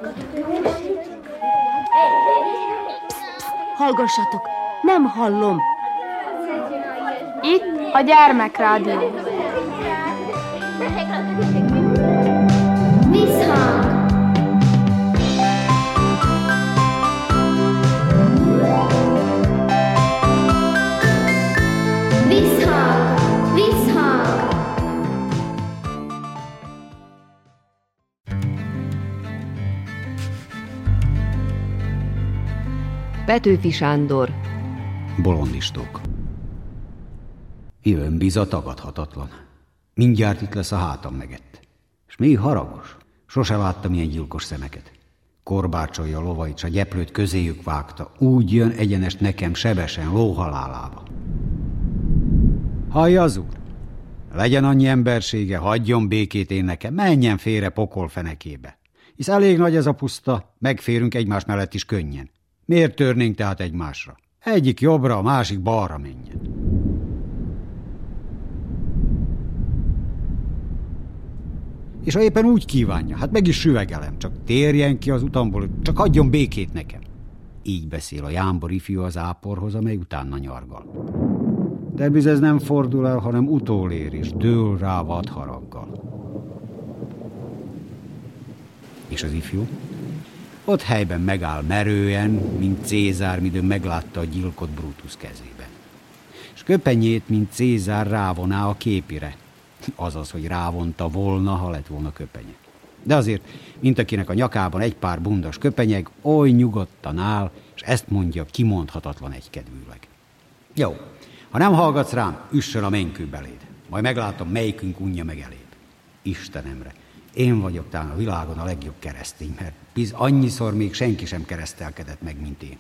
Hallgassatok, nem hallom. Itt a gyermekrádió. Visszhang! Visszhang! Visszhang! Petőfi Sándor. Bolondistók. Jön biza tagadhatatlan. Mindjárt itt lesz a hátam megett. És még haragos. Sose láttam ilyen gyilkos szemeket. Korbácsolja a lovait, s a gyeplőt közéjük vágta. Úgy jön egyenest nekem sebesen, lóhalálába. Hallja az úr? Legyen annyi embersége, hagyjon békét én nekem, menjen félre pokol fenekébe. Hisz elég nagy ez a puszta, megférünk egymás mellett is könnyen. Miért törnénk tehát egymásra? Egyik jobbra, a másik balra menjen. És ha éppen úgy kívánja, hát meg is süvegelem, csak térjen ki az utamból, csak adjon békét nekem. Így beszél a jámbor ifjú az áporhoz, amely utána nyargal. De biz ez nem fordul el, hanem utólér és dől rá vad haraggal. És az ifjú? Ott helyben megáll merően, mint Cézár, midőn meglátta a gyilkot Brutus kezében. És köpenyét, mint Cézár, rávoná a képire. Azaz, hogy rávonta volna, ha lett volna köpenye. De azért, mint akinek a nyakában egy pár bundas köpenyeg, oly nyugodtan áll, és ezt mondja kimondhatatlan egykedvűleg. Jó, ha nem hallgatsz rám, üssön a menykő beléd. Majd meglátom, melyikünk unja meg elébb. Istenemre, én vagyok talán a világon a legjobb keresztény, mert biz annyiszor még senki sem keresztelkedett meg, mint én.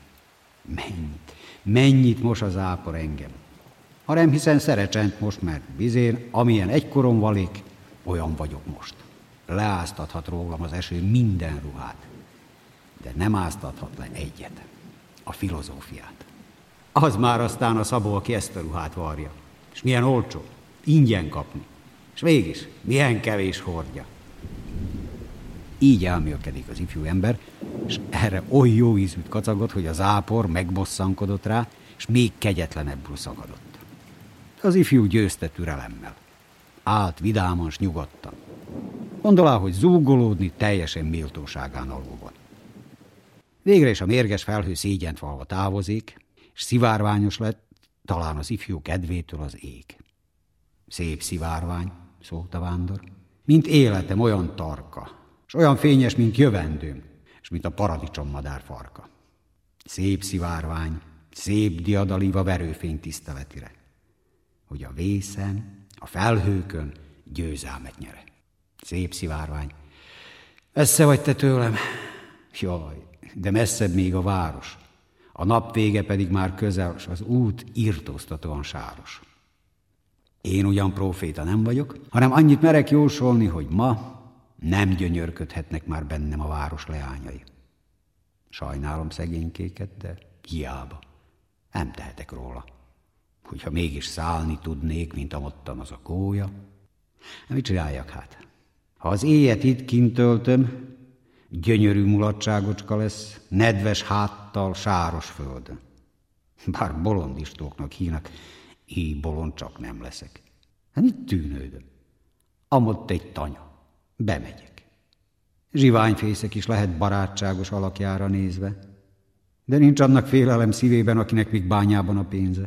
Mennyit mos az ápor engem. Ha nem hiszen szerecsent most, mert bizén, amilyen egykorom valék, olyan vagyok most. Leáztathat rólam az eső minden ruhát, de nem áztathat le egyet, a filozófiát. Az már aztán a Szabó, aki ezt a ruhát varja. És milyen olcsó, ingyen kapni. És mégis, milyen kevés hordja. Így elmélkedik az ifjú ember, és erre oly jó ízűt kacagott, hogy az ápor megbosszankodott rá, és még kegyetlenebbül szagadott. Az ifjú győzte türelemmel. Állt vidáman s nyugodtan. Gondolá, hogy zúgolódni teljesen méltóságán alul van. Végre is a mérges felhő szégyent valva távozik, és szivárványos lett, talán az ifjú kedvétől az ég. Szép szivárvány, szólt a vándor, mint életem olyan tarka, és olyan fényes, mint jövendőm, és mint a paradicsommadár farka. Szép szivárvány, szép diadalív a verőfény tiszteletire, hogy a vészen, a felhőkön győzelmet nyere. Szép szivárvány. Messze vagy te tőlem? Jaj, de messzebb még a város. A nap vége pedig már közel, s az út irtóztatóan sáros. Én ugyan próféta nem vagyok, hanem annyit merek jósolni, hogy ma nem gyönyörködhetnek már bennem a város leányai. Sajnálom szegénykéket, de hiába. Nem tehetek róla. Hogyha mégis szállni tudnék, mint amottan az a gólya. Mit csináljak hát? Ha az éjet itt kint töltöm, gyönyörű mulatságocska lesz, nedves háttal, sáros földön. Bár bolondistóknak hívnak, így bolond csak nem leszek. Hát mit tűnődöm? Amott egy tanya. Bemegyek. Zsiványfészek is lehet barátságos alakjára nézve, de nincs annak félelem szívében, akinek még bányában a pénze.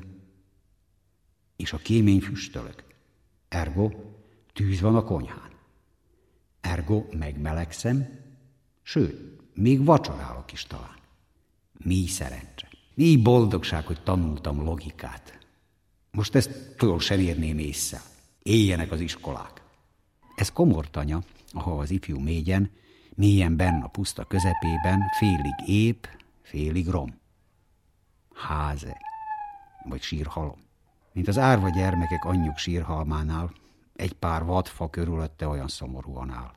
És a kémény füstölök. Ergo tűz van a konyhán. Ergo megmelegszem, sőt, még vacsorálok is talán. Mi szerencse, mi boldogság, hogy tanultam logikát. Most ezt föl sem érném ésszel. Éljenek az iskolák. Ez komortanya, ahol az ifjú mélyen benn a puszta közepében, félig ép, félig rom. Háze, vagy sírhalom. Mint az árva gyermekek anyjuk sírhalmánál, egy pár vadfa körülötte olyan szomorúan áll.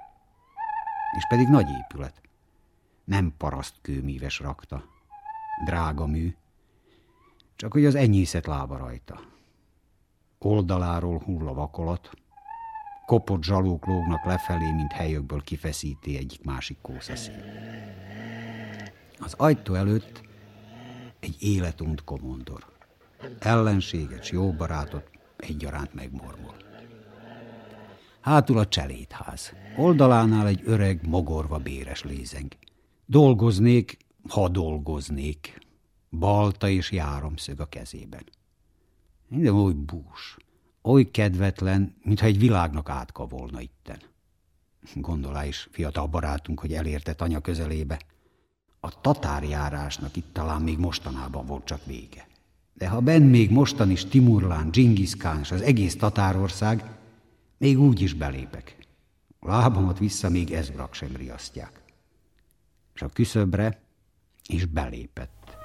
És pedig nagy épület. Nem parasztkőmíves rakta, drága mű, csak hogy az enyészet lába rajta. Oldaláról hull a vakolat, kopott zsalók lógnak lefelé, mint helyökből kifeszíti egyik-másik kószaszél. Az ajtó előtt egy életunt komondor. Ellenséget, s jó barátot egyaránt megmormol. Hátul a cselédház. Oldalánál egy öreg, mogorva béres lézeng. Dolgoznék, ha dolgoznék. Balta és járomszög a kezében. Minden oly bús, oly kedvetlen, mintha egy világnak átka volna itten. Gondolá is, fiatal barátunk, hogy elértett anya közelébe. A tatárjárásnak itt talán még mostanában volt csak vége. De ha benn még mostan is Timurlán, Dzsingiszkán és az egész Tatárország, még úgy is belépek. A lábamat vissza még ezbrak sem riasztják. És a küszöbre is belépett.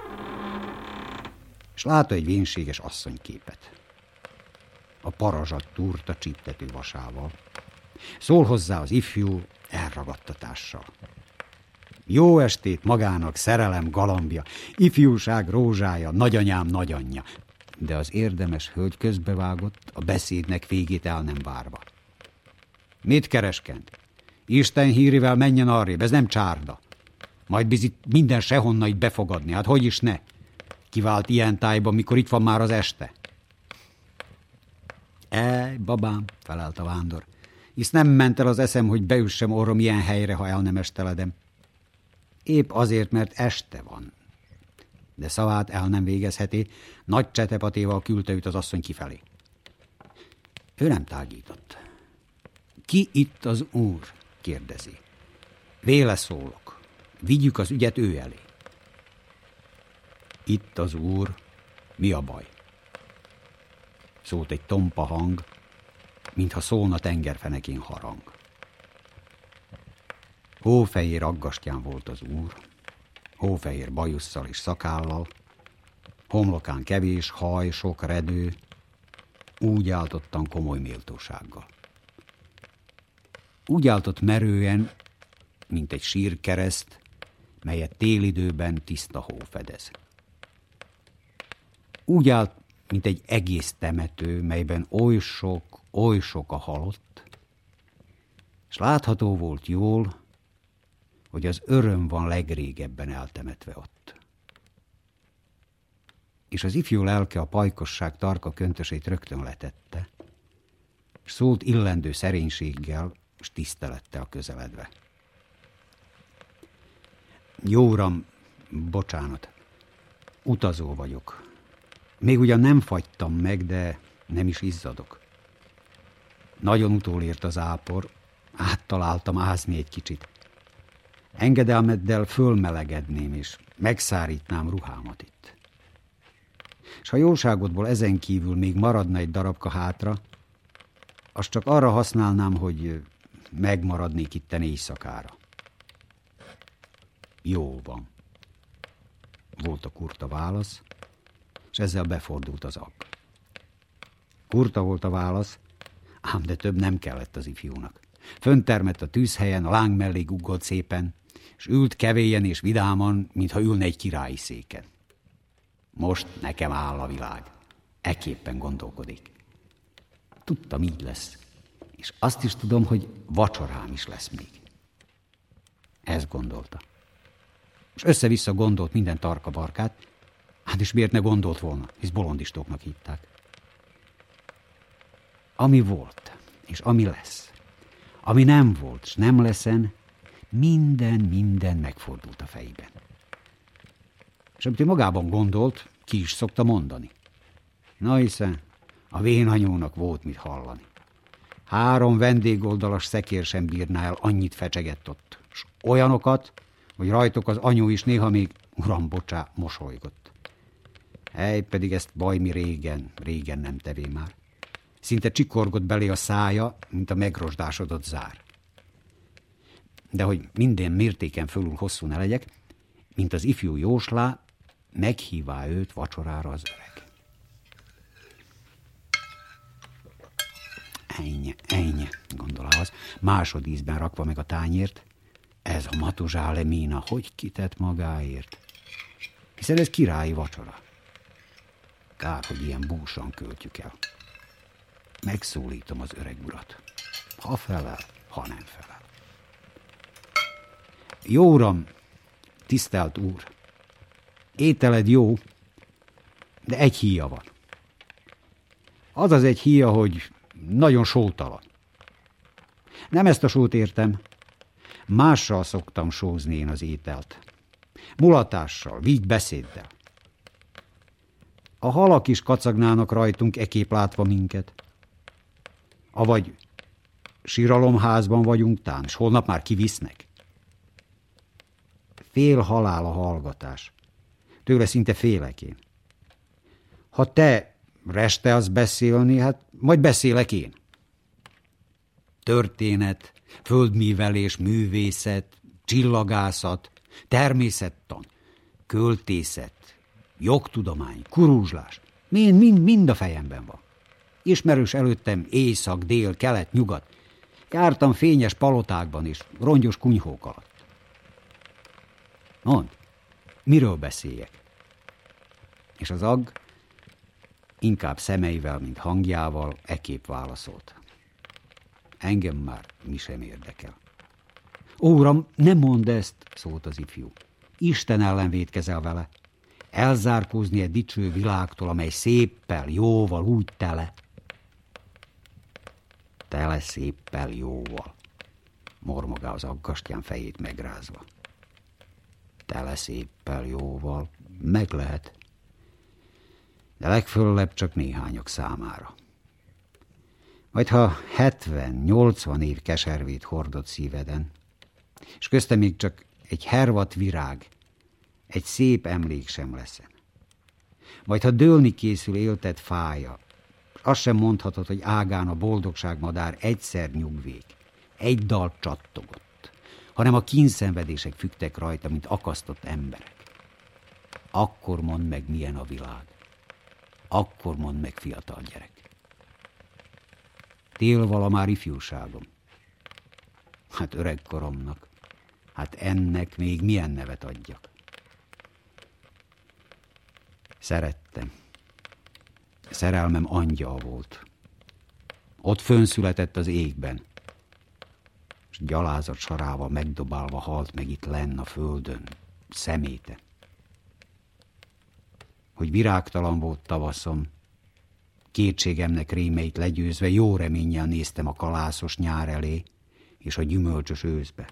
És látta egy vénséges asszonyképet. A parazsat túrta csíptető vasával. Szól hozzá az ifjú elragadtatással. Jó estét magának, szerelem galambja, ifjúság rózsája, nagyanyám nagyanyja. De az érdemes hölgy közbevágott, a beszédnek végét el nem várva. Mit kereskend? Isten hírével menjen arrébb, ez nem csárda. Majd bizit minden sehonna itt befogadni, hát hogy is ne? Kivált ilyen tájban, mikor itt van már az este. Babám, felelt a vándor, hisz nem ment el az eszem, hogy beüssem orrom ilyen helyre, ha el nem esteledem. Épp azért, mert este van. De szavát el nem végezheti, nagy csetepatéval küldte őt az asszony kifelé. Ő nem tágított. Ki itt az úr? Kérdezi. Véle szólok. Vigyük az ügyet ő elé. Itt az úr. Mi a baj? Szólt egy tompa hang, mintha szólna tengerfenekén harang. Hófehér aggastyán volt az úr, hófehér bajusszal és szakállal, homlokán kevés haj, sok redő, úgy áltottan komoly méltósággal. Úgy áltott merően, mint egy sírkereszt, melyet télidőben tiszta hó fedez. Úgy állt, mint egy egész temető, melyben oly sok a halott, és látható volt jól, hogy az öröm van legrégebben eltemetve ott. És az ifjú lelke a pajkosság tarka köntösét rögtön letette, és szólt illendő szerénységgel és tisztelettel közeledve. Jó uram, bocsánat, utazó vagyok. Még ugyan nem fagytam meg, de nem is izzadok. Nagyon utolért az ápor, áttaláltam ázni egy kicsit. Engedelmeddel fölmelegedném, és megszárítnám ruhámat itt. És ha jóságodból ezen kívül még maradna egy darabka hátra, azt csak arra használnám, hogy megmaradnék itten éjszakára. Jó van, volt a kurta válasz, és ezzel befordult az agg. Kurta volt a válasz, ám de több nem kellett az ifjúnak. Föntermett a tűzhelyen, a láng mellé guggolt szépen, és ült kevélyen és vidáman, mintha ülne egy királyi széken. Most nekem áll a világ. Ekképpen gondolkodik. Tudtam, így lesz. És azt is tudom, hogy vacsorám is lesz még. Ezt gondolta. És össze-vissza gondolt minden tarka-barkát, hát is miért ne gondolt volna, hisz bolondistóknak hitták. Ami volt, és ami lesz, ami nem volt, és nem leszen, minden megfordult a fejében. És amit ő magában gondolt, ki is szokta mondani. Na hiszen, a vénanyónak volt mit hallani. 3 vendégoldalas szekér sem bírná el, annyit fecsegett ott. És olyanokat, hogy rajtok az anyó is néha még, uram, bocsá, mosolygott. Hely, pedig ezt bajmi régen nem tevé már. Szinte csikorgott belé a szája, mint a megrosdásodott zár. De hogy minden mértéken fölül hosszú ne legyek, mint az ifjú jóslá, meghívá őt vacsorára az öreg. Ennyi, gondolá az, másodízben rakva meg a tányért. Ez a Matuzsále Mína, hogy kitett magáért? Hiszen ez királyi vacsora. Kár, hogy ilyen búsan költjük el. megszólítom az öreg urat. Ha felel, ha nem felel. Jó uram, tisztelt úr, ételed jó, de egy híja van. Az az egy híja, hogy nagyon sótalan. Nem ezt a sót értem, mással szoktam sózni én az ételt. Mulatással, víg beszéddel. A halak is kacagnának rajtunk, ekép látva minket. Avagy síralomházban vagyunk tán, és holnap már kivisznek. Fél halál a hallgatás. Tőle szinte félek én. Ha te restelsz beszélni, hát majd beszélek én. Történet, földművelés, művészet, csillagászat, természettan, költészet, jogtudomány, kuruzslás, mind a fejemben van. Ismerős előttem észak, dél, kelet, nyugat. Jártam fényes palotákban is, rongyos kunyhók alatt. Mondd, miről beszéljek? És az agg inkább szemeivel, mint hangjával ekképp válaszolt. Engem már mi sem érdekel. Ó, uram, nem mondd ezt, szólt az ifjú. Isten ellen vétkezel vele. Elzárkózni egy dicső világtól, amely széppel, jóval úgy tele. Tele széppel, jóval, mormogál az aggastyán fejét megrázva. Tele széppel, jóval, meg lehet, de legföllebb csak néhányak számára. Majd ha 70-80 év keservét hordott szíveden, és közte még csak egy hervadt virág, egy szép emlék sem leszen. Majd ha dőlni készül élted fája, azt sem mondhatod, hogy ágán a boldogság madár egyszer nyugvék, egy dal csattogott, hanem a kínszenvedések függtek rajta, mint akasztott emberek. Akkor mondd meg, milyen a világ. Akkor mondd meg, fiatal gyerek. Tél vala már ifjúságom. Hát öregkoromnak, hát ennek még milyen nevet adjak. Szerettem. Szerelmem angyal volt. Ott fönszületett az égben, és gyalázat sarával megdobálva halt meg itt lenn a földön, szeméte. Hogy virágtalan volt tavaszom, kétségemnek rémeit legyőzve jó reménnyel néztem a kalászos nyár elé és a gyümölcsös őszbe.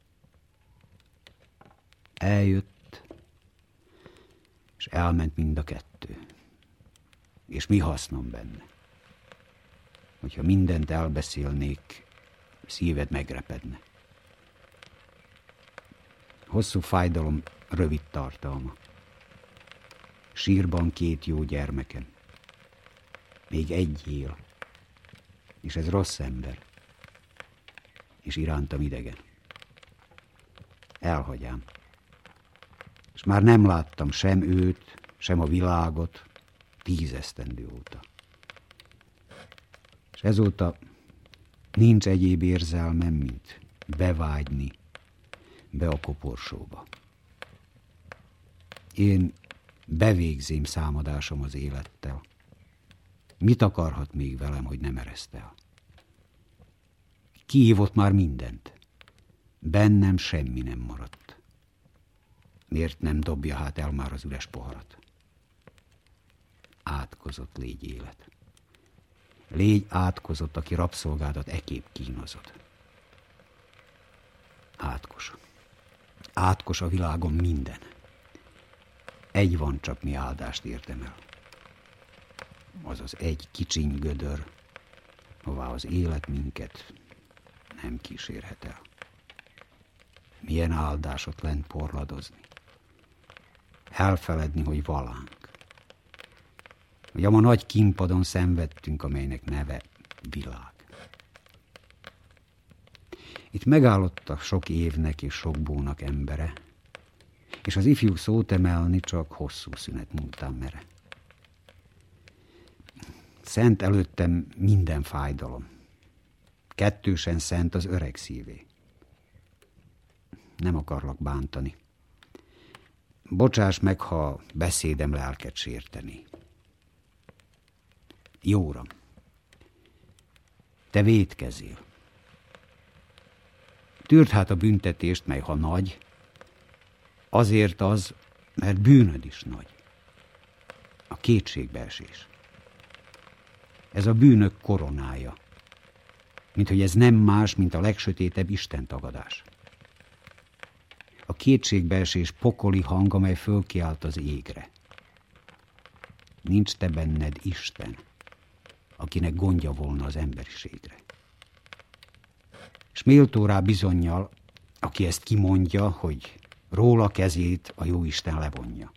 Eljött, és elment mind a kettő. És mi hasznom benne? Hogyha mindent elbeszélnék, szíved megrepedne. Hosszú fájdalom, rövid tartalma. Sírban 2 jó gyermekem. Még egy él. És ez rossz ember. És irántam idegen. Elhagyám. És már nem láttam sem őt, sem a világot 10 esztendő óta. És ezóta nincs egyéb érzelmem, mint bevágyni be a koporsóba. Én bevégzém számadásom az élettel. Mit akarhat még velem, hogy nem ereszt el? Kihívott már mindent. Bennem semmi nem maradt. Miért nem dobja hát el már az üres poharat? Átkozott légy élet. Légy átkozott, aki rabszolgádat ekképp kínozod. Átkos. Átkos a világon minden. Egy van csak, mi áldást értem el. Azaz egy kicsiny gödör, hová az élet minket nem kísérhet el. Milyen áldásot lent porladozni. Elfeledni, hogy valánk. Hogy a nagy kínpadon szenvedtünk, amelynek neve világ. Itt megállott a sok évnek és sok bónak embere, és az ifjú szót emelni csak hosszú szünet múltán mere. Szent előttem minden fájdalom. Kettősen szent az öreg szívé. Nem akarlak bántani. Bocsáss meg, ha beszédem lelket sérteni. Jó uram, te vétkezél. Tűrd hát a büntetést, mely ha nagy, azért az, mert bűnöd is nagy. A kétségbeesés. Ez a bűnök koronája, mint hogy ez nem más, mint a legsötétebb istentagadás. A kétségbeesés pokoli hang, amely fölkiált az égre. Nincs te benned Isten, akinek gondja volna az emberiségre. S méltó rá bizonnyal, aki ezt kimondja, hogy róla kezét a jóisten levonja.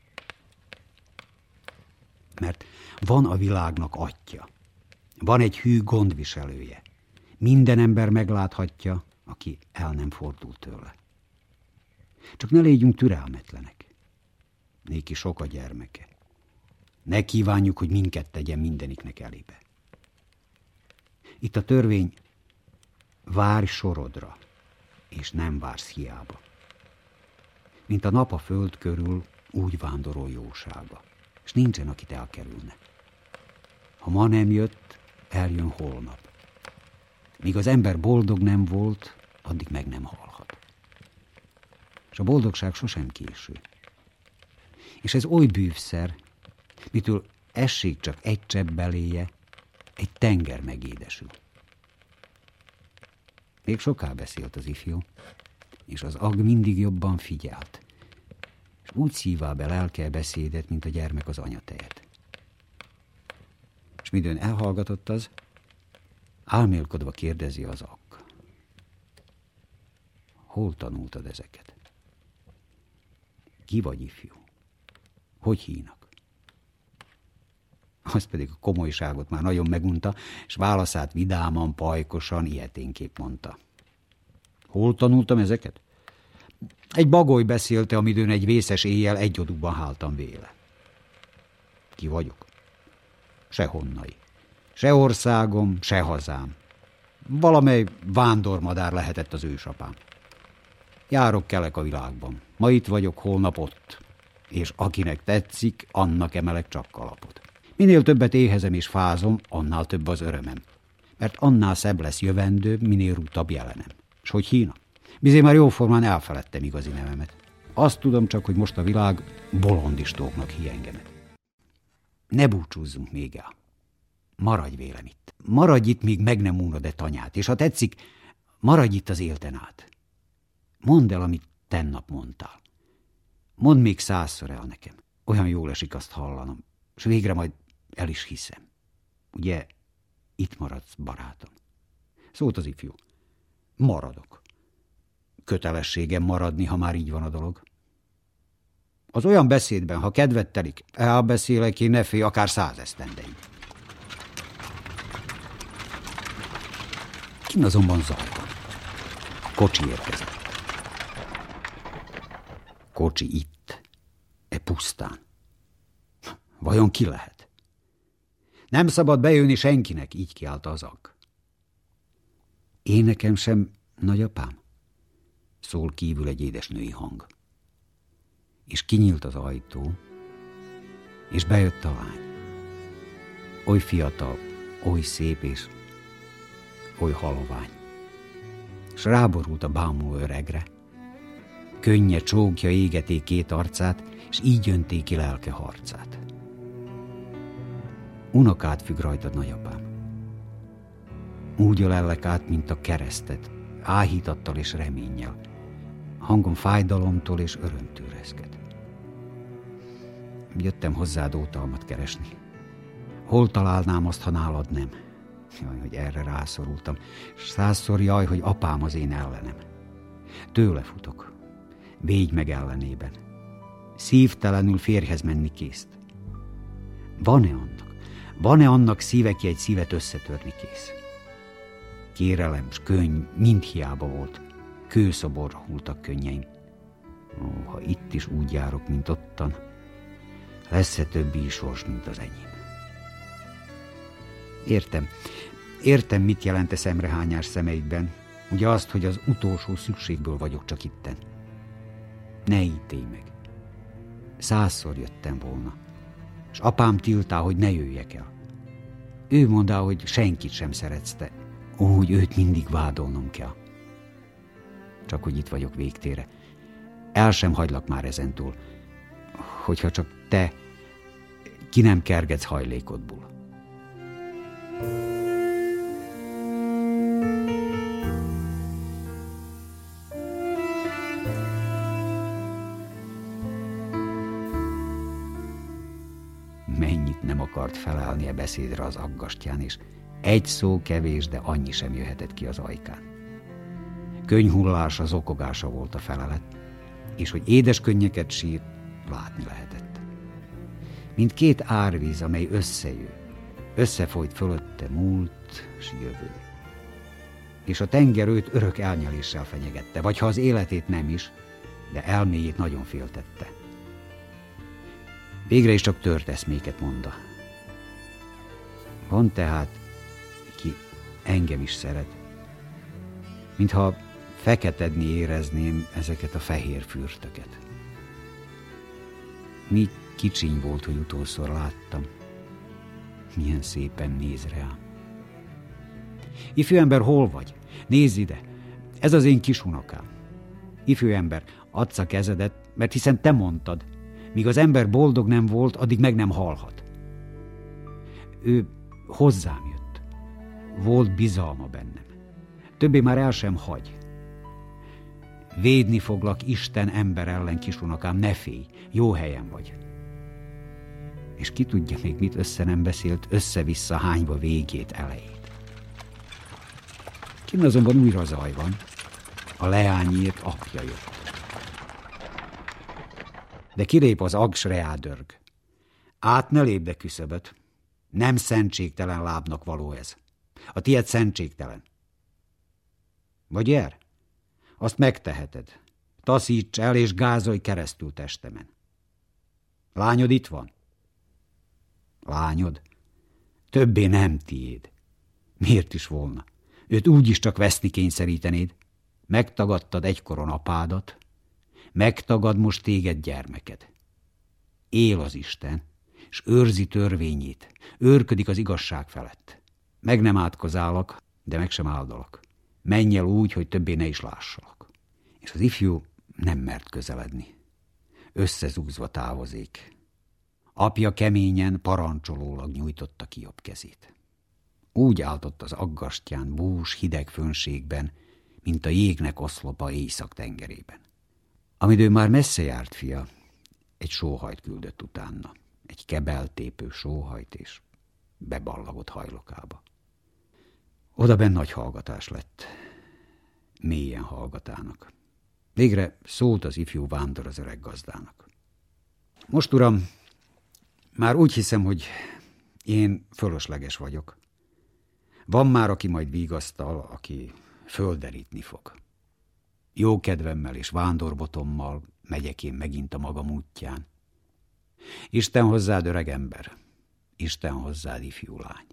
Mert van a világnak Atyja, van egy hű gondviselője. Minden ember megláthatja, aki el nem fordul tőle. Csak ne légyünk türelmetlenek. Néki sok a gyermeke. Ne kívánjuk, hogy minket tegyen mindeniknek elébe. Itt a törvény: várj sorodra, és nem vársz hiába. Mint a nap a föld körül, úgy vándorol jósága, és nincsen, akit elkerülne. Ha ma nem jött, eljön holnap. Míg az ember boldog nem volt, addig meg nem halhat. És a boldogság sosem késő. És ez oly bűvszer, mitől essék csak egy csepp beléje, egy tenger megédesül. Még soká beszélt az ifjú, és az ag mindig jobban figyelt, és úgy szívá be lelke beszédet, mint a gyermek az anyatejet. És midőn elhallgatott az, álmélkodva kérdezi az ag: hol tanultad ezeket? Ki vagy, ifjú? Hogy hívnak? Az pedig a komolyságot már nagyon megunta, és válaszát vidáman, pajkosan, ilyeténképp mondta: hol tanultam ezeket? Egy bagoly beszélte, amidőn egy vészes éjjel egy odúban háltam véle. Ki vagyok? Sehonnai. Se országom, se hazám. Valamely vándormadár lehetett az ősapám. Járok-kelek a világban. Ma itt vagyok, holnap ott. És akinek tetszik, annak emelek csak kalapot. Minél többet éhezem és fázom, annál több az örömem. Mert annál szebb lesz jövendőbb, minél rútabb jelenem. S hogy hívnak? Bizony már jóformán elfeledtem igazi nevemet. Azt tudom csak, hogy most a világ bolondistóknak hív engemet. Ne búcsúzzunk még el. Maradj vélem itt. Maradj itt, míg meg nem unod-e tanyát, és ha tetszik, maradj itt az élten át. Mondd el, amit tennap mondtál. Mondd még 100-szor el nekem. Olyan jól esik azt hallanom, és végre majd el is hiszem. Ugye, itt maradsz, barátom? Szólt az ifjú: maradok. Kötelességem maradni, ha már így van a dolog. Az olyan beszédben, ha kedvet telik, elbeszélek én, ne félj, akár 100 esztendeig. Kinn azonban zaj van. A kocsi érkezett. Kocsi itt, pusztán. Vajon ki lehet? Nem szabad bejönni senkinek, így kiállt az ag. Én nekem sem, nagyapám? Szól kívül egy édesnői hang. És kinyílt az ajtó, és bejött a lány. Oly fiatal, oly szép és oly halovány. És ráborult a bámuló öregre. Könnye csókja égeték két arcát, és így önték ki lelke harcát. Unokát függ rajtad, nagyapám. Úgy ölellek át, mint a keresztet, áhítattal és reménnyel. Hangom fájdalomtól és örömtől rezged. Jöttem hozzád ótalmat keresni. Hol találnám azt, ha nálad nem? Jaj, hogy erre rászorultam, és 100-szor jaj, hogy apám az én ellenem. Tőle futok. Védj meg ellenében. Szívtelenül férjhez menni készt. Van-e annak szíve, ki egy szívet összetörni kész? Kérelem s könny mind hiába volt. Kőszoborra hultak könnyeim. Ó, ha itt is úgy járok, mint ottan, lesz-e többi sors, mint az enyém? Értem, mit jelent a szemrehányás szemeidben. Ugye azt, hogy az utolsó szükségből vagyok csak itten. Ne ítélj meg. 100-szor jöttem volna, és apám tiltá, hogy ne jöjjek el. Ő mondá, hogy senkit sem szeretsz te, Úgy őt mindig vádolnom kell. Csak hogy itt vagyok végtére. El sem hagylak már ezentúl, hogyha csak te ki nem kergetsz hajlékodból. Mennyit nem akart felállni a beszédre az aggastyán, és egy szó kevés, de annyi sem jöhetett ki az ajkán. Könyhullása, zokogása volt a felelet, és hogy édes könnyeket sírt, látni lehetett. Mint két árvíz, amely összejő, összefolyt fölötte múlt s jövő. És a tenger őt örök elnyeléssel fenyegette, vagy ha az életét nem is, de elméjét nagyon féltette. Végre is csak tört eszméket mondta. Van tehát, ki engem is szeret, mintha feketedni érezném ezeket a fehér fürtöket. Mi kicsiny volt, hogy utolszor láttam. Milyen szépen néz rám. Ifjú ember, hol vagy? Nézz ide! Ez az én kis unokám. Ifjú ember, adsz a kezedet, mert hiszen te mondtad, míg az ember boldog nem volt, addig meg nem halhat. Ő hozzám jött. Volt bizalma bennem. Többé már el sem hagy. Védni foglak Isten ember ellen, kisunokám, ne félj, jó helyen vagy. És ki tudja még mit össze nem beszélt, össze-vissza hányva végét, elejét. Kinn azonban újra zaj van. A leányért apja jött. De kilép az ags reádörg. Át ne lépd a küszöböt. Nem szentségtelen lábnak való ez. A tied szentségtelen. Vagy er? Azt megteheted. Taszíts el és gázolj keresztül testemen. Lányod itt van? Lányod? Többé nem tiéd. Miért is volna? Őt úgyis csak veszni kényszerítenéd. Megtagadtad egykoron apádat, megtagad most téged gyermeked. Él az Isten, és őrzi törvényét, őrködik az igazság felett. Meg nem átkozálak, de meg sem áldalak. Menj el úgy, hogy többé ne is lássalak. És az ifjú nem mert közeledni. Összezúzva távozik. Apja keményen, parancsolólag nyújtotta ki jobb kezét. Úgy áltott az aggastyán, bús, hideg fönségben, mint a jégnek oszlopa éjszak tengerében. Amidő már messze járt fia, egy sóhajt küldött utána, egy kebeltépő sóhajt, és beballagott hajlokába. Oda benn nagy hallgatás lett, mélyen hallgatának. Végre szólt az ifjú vándor az öreg gazdának. Most, uram, már úgy hiszem, hogy én fölösleges vagyok. Van már, aki majd vigasztal, aki földerítni fog. Jó kedvemmel és vándorbotommal megyek én megint a magam útján. Isten hozzád, öreg ember, Isten hozzád, ifjú lány.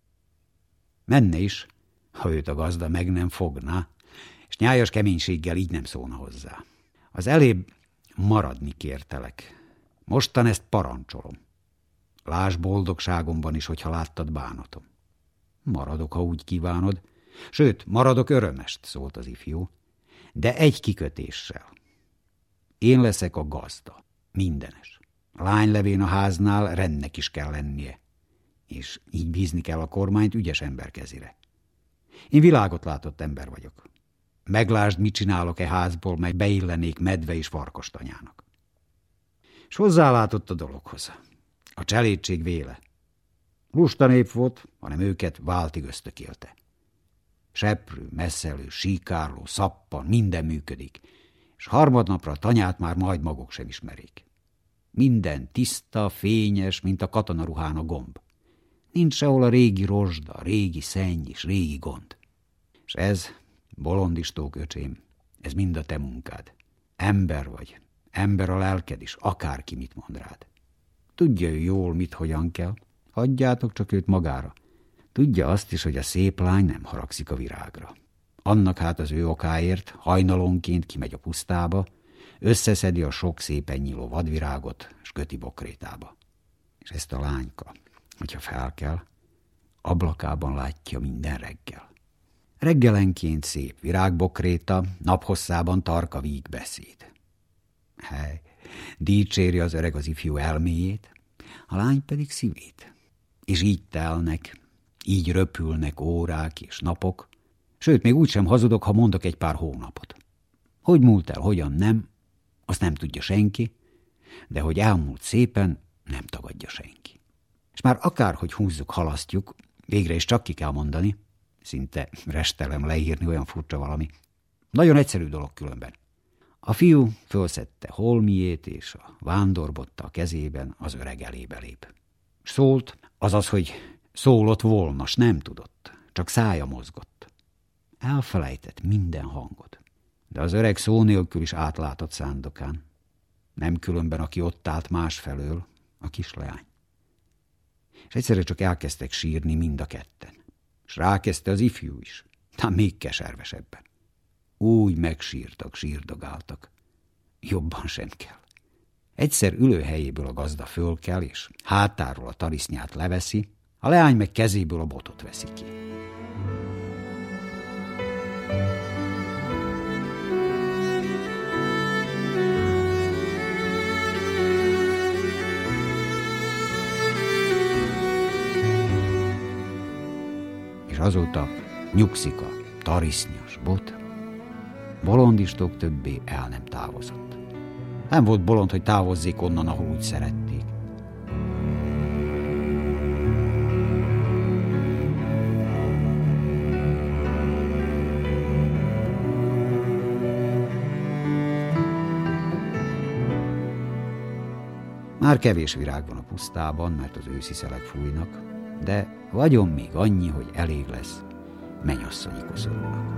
Menne is, ha őt a gazda meg nem fogná, és nyájas keménységgel így nem szólna hozzá. Az elébb maradni kértelek. Mostan ezt parancsolom. Lásd boldogságomban is, hogyha láttad bánatom. Maradok, ha úgy kívánod, sőt, maradok örömest, szólt az ifjú, de egy kikötéssel. Én leszek a gazda, mindenes. A lány levén a háznál rendnek is kell lennie, és így bízni kell a kormányt ügyes ember kezére. Én világot látott ember vagyok. Meglásd, mit csinálok házból, mely beillenék medve és farkastanyának. És hozzálátott a dologhoz. A cselédség véle. Lusta nép volt, hanem őket váltig ösztökélte. Seprő, messzelő, síkárló, szappan, minden működik, és harmadnapra a tanyát már majd maguk sem ismerik. Minden tiszta, fényes, mint a katonaruhán a gomb. Nincs sehol a régi rozsda, régi szenny és régi gond. És ez, bolondistók öcsém, ez mind a te munkád. Ember vagy, ember a lelked is, akárki mit mond rád. Tudja ő jól, mit hogyan kell, hagyjátok csak őt magára. Tudja azt is, hogy a szép lány nem haragszik a virágra. Annak hát az ő okáért hajnalonként kimegy a pusztába, összeszedi a sok szépen nyíló vadvirágot, s köti bokrétába. És ezt a lányka, hogyha fel kell, ablakában látja minden reggel. Reggelenként szép virágbokréta, naphosszában tarka vígbeszéd. Hely, dicséri az öreg az ifjú elméjét, a lány pedig szívét. És így telnek, így röpülnek órák és napok, sőt, még úgysem hazudok, ha mondok egy pár hónapot. Hogy múlt el, hogyan nem, azt nem tudja senki, de hogy elmúlt szépen, nem tagadja senki. És már akárhogy húzzuk, halasztjuk, végre is csak ki kell mondani, szinte restelem leírni, olyan furcsa valami. Nagyon egyszerű dolog különben. A fiú fölszedte holmiét, és a vándorbotta a kezében az öreg elébe lép. Szólt, azaz, hogy szólott volna, s nem tudott, csak szája mozgott. Elfelejtett minden hangot, de az öreg szó nélkül is átlátott szándokán. Nem különben, aki ott állt másfelől, a kisleány. És egyszerre csak elkezdtek sírni mind a ketten. És rákezdte az ifjú is, tám még keservesebben. Úgy megsírtak, sírdogáltak. Jobban sem kell. Egyszer ülőhelyéből a gazda fölkel, és hátáról a tarisznyát leveszi, a leány meg kezéből a botot veszi ki. És azóta nyugszik a tarisznyas bot, bolondistók többé el nem távozott. Nem volt bolond, hogy távozzék onnan, ahol úgy szerették. Már kevés virág van a pusztában, mert az őszi szelek fújnak, de vagyon még annyi, hogy elég lesz mennyasszonyi koszorúnak.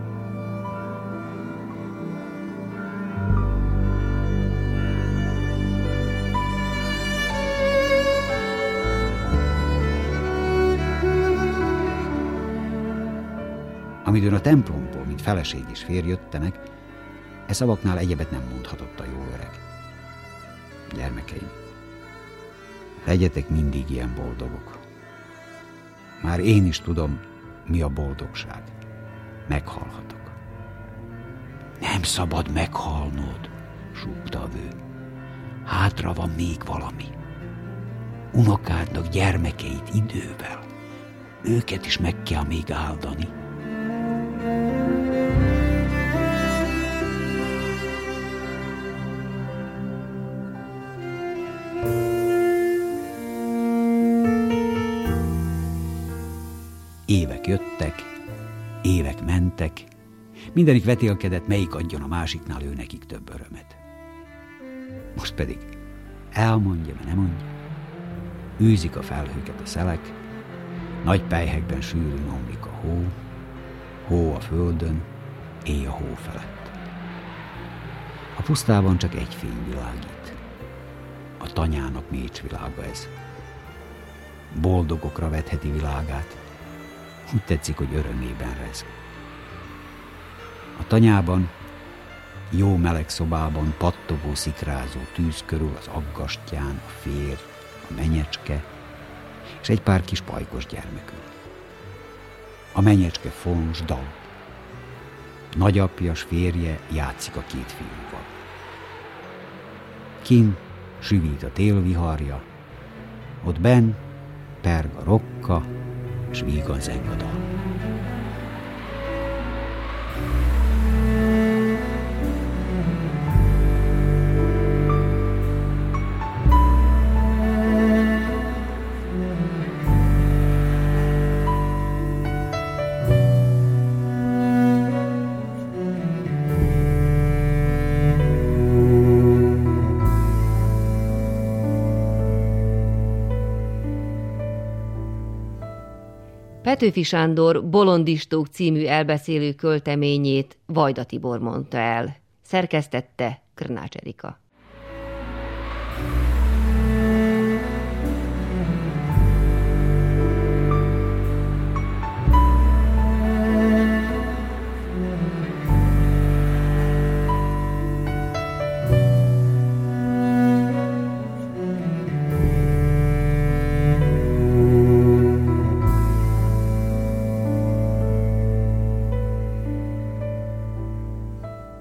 Amidőn a templomból, mint feleség és férj jöttenek, e szavaknál egyebet nem mondhatott a jó öreg. Gyermekeim, legyetek mindig ilyen boldogok. Már én is tudom, mi a boldogság. Meghalhatok. Nem szabad meghalnod, súgta a vő. Hátra van még valami. Unokádnak gyermekeit idővel. Őket is meg kell még áldani. Évek jöttek, évek mentek, mindenik vetélkedett, melyik adjon a másiknál ő nekik több örömet. Most pedig elmondja, mert nem mondja. Űzik a felhőket a szelek, nagy pelyhekben sűrűn omlik a hó, hó a földön, éj a hó felett. A pusztában csak egy fény világít. A tanyának mécsvilága ez. Boldogokra vetheti világát. Úgy tetszik, hogy örömében rezg. A tanyában, jó meleg szobában pattogó, szikrázó tűz körül az aggastyán a férj, a menyecske és egy pár kis pajkos gyermekül. A menyecske fons dal. Nagyapjas férje játszik a két fiúval. Kin süvít a télviharja, ott benn perg a rokka, s vígan zeng a dal. Petőfi Sándor Bolondistók című elbeszélő költeményét Vajda Tibor mondta el. Szerkesztette Krnács Erika.